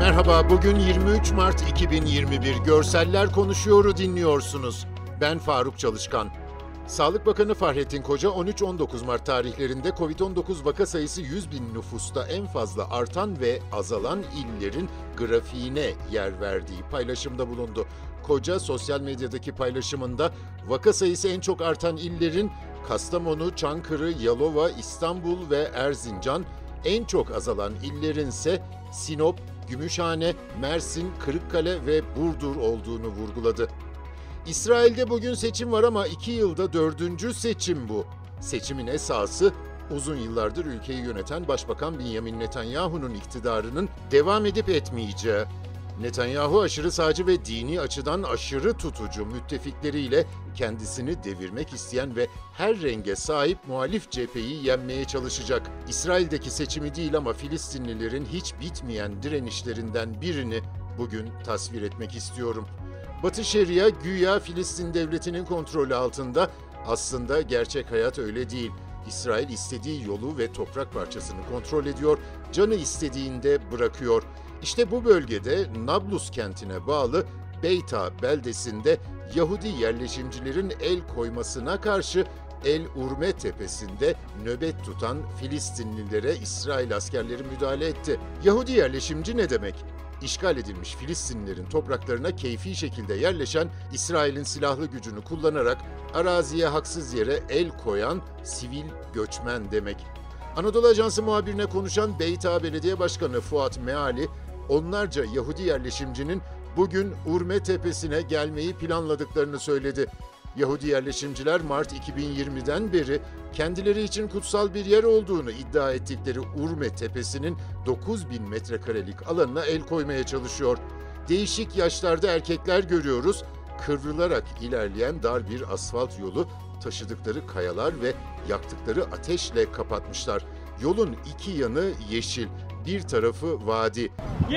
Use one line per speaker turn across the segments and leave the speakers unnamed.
Merhaba, bugün 23 Mart 2021. Görseller Konuşuyor'u dinliyorsunuz. Ben Faruk Çalışkan. Sağlık Bakanı Fahrettin Koca, 13-19 Mart tarihlerinde Covid-19 vaka sayısı 100 bin nüfusta en fazla artan ve azalan illerin grafiğine yer verdiği paylaşımda bulundu. Koca, sosyal medyadaki paylaşımında vaka sayısı en çok artan illerin Kastamonu, Çankırı, Yalova, İstanbul ve Erzincan, en çok azalan illerin ise Sinop, Gümüşhane, Mersin, Kırıkkale ve Burdur olduğunu vurguladı. İsrail'de bugün seçim var ama 2 yılda 4. seçim bu. Seçimin esası, uzun yıllardır ülkeyi yöneten Başbakan Benjamin Netanyahu'nun iktidarının devam edip etmeyeceği. Netanyahu aşırı sağcı ve dini açıdan aşırı tutucu müttefikleriyle kendisini devirmek isteyen ve her renge sahip muhalif cepheyi yenmeye çalışacak. İsrail'deki seçimi değil ama Filistinlilerin hiç bitmeyen direnişlerinden birini bugün tasvir etmek istiyorum. Batı Şeria güya Filistin devletinin kontrolü altında, aslında gerçek hayat öyle değil. İsrail istediği yolu ve toprak parçasını kontrol ediyor, canı istediğinde bırakıyor. İşte bu bölgede Nablus kentine bağlı Beyta beldesinde Yahudi yerleşimcilerin el koymasına karşı El Urme tepesinde nöbet tutan Filistinlilere İsrail askerleri müdahale etti. Yahudi yerleşimci ne demek? İşgal edilmiş Filistinlilerin topraklarına keyfi şekilde yerleşen, İsrail'in silahlı gücünü kullanarak araziye haksız yere el koyan sivil göçmen demek. Anadolu Ajansı muhabirine konuşan Beyta Belediye Başkanı Fuat Meali, onlarca Yahudi yerleşimcinin bugün Urme Tepesi'ne gelmeyi planladıklarını söyledi. Yahudi yerleşimciler Mart 2020'den beri kendileri için kutsal bir yer olduğunu iddia ettikleri Urme Tepesi'nin 9.000 metrekarelik alanına el koymaya çalışıyor. Değişik yaşlarda erkekler görüyoruz, kıvrılarak ilerleyen dar bir asfalt yolu taşıdıkları kayalar ve yaktıkları ateşle kapatmışlar. Yolun iki yanı yeşil, bir tarafı vadi.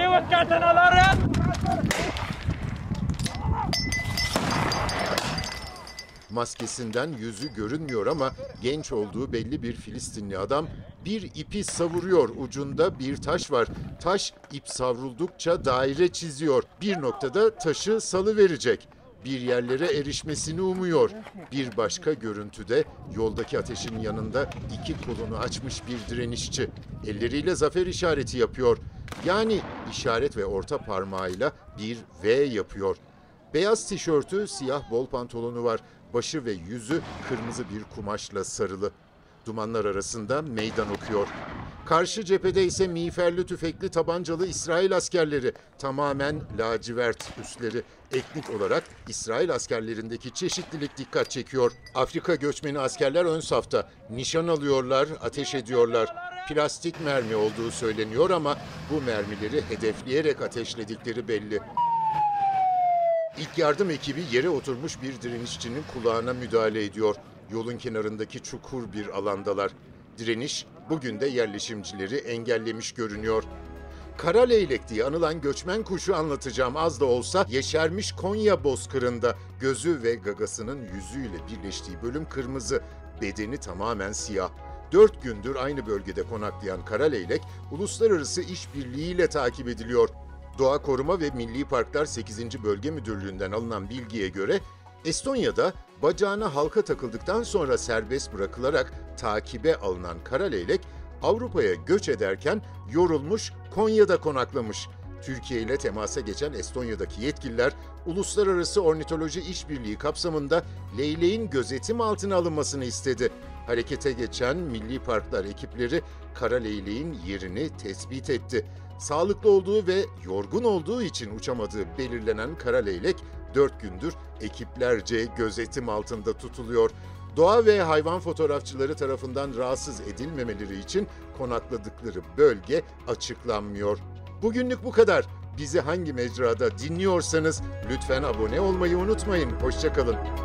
Maskesinden yüzü görünmüyor ama genç olduğu belli bir Filistinli adam bir ipi savuruyor. Ucunda bir taş var. Taş ip savruldukça daire çiziyor. Bir noktada taşı salıverecek. Bir yerlere erişmesini umuyor. Bir başka görüntüde yoldaki ateşin yanında iki kolunu açmış bir direnişçi. Elleriyle zafer işareti yapıyor. Yani işaret ve orta parmağıyla bir V yapıyor. Beyaz tişörtü, siyah bol pantolonu var. Başı ve yüzü kırmızı bir kumaşla sarılı. Dumanlar arasında meydan okuyor. Karşı cephede ise miğferli tüfekli tabancalı İsrail askerleri, tamamen lacivert üstleri. Etnik olarak İsrail askerlerindeki çeşitlilik dikkat çekiyor. Afrika göçmeni askerler ön safta. Nişan alıyorlar, ateş ediyorlar. Plastik mermi olduğu söyleniyor ama bu mermileri hedefleyerek ateşledikleri belli. İlk yardım ekibi yere oturmuş bir direnişçinin kulağına müdahale ediyor. Yolun kenarındaki çukur bir alandalar. Direniş bugün de yerleşimcileri engellemiş görünüyor. Kara leylek diye anılan göçmen kuşu anlatacağım, az da olsa yeşermiş Konya bozkırında. Gözü ve gagasının yüzüyle birleştiği bölüm kırmızı, bedeni tamamen siyah. 4 gündür aynı bölgede konaklayan kara leylek, uluslararası işbirliğiyle takip ediliyor. Doğa Koruma ve Milli Parklar 8. Bölge Müdürlüğü'nden alınan bilgiye göre, Estonya'da bacağına halka takıldıktan sonra serbest bırakılarak takibe alınan kara leylek, Avrupa'ya göç ederken yorulmuş, Konya'da konaklamış. Türkiye ile temasa geçen Estonya'daki yetkililer, Uluslararası Ornitoloji İşbirliği kapsamında leyleğin gözetim altına alınmasını istedi. Harekete geçen Milli Parklar ekipleri kara leyleğin yerini tespit etti. Sağlıklı olduğu ve yorgun olduğu için uçamadığı belirlenen kara leylek 4 gündür ekiplerce gözetim altında tutuluyor. Doğa ve hayvan fotoğrafçıları tarafından rahatsız edilmemeleri için konakladıkları bölge açıklanmıyor. Bugünlük bu kadar. Bizi hangi mecrada dinliyorsanız lütfen abone olmayı unutmayın. Hoşça kalın.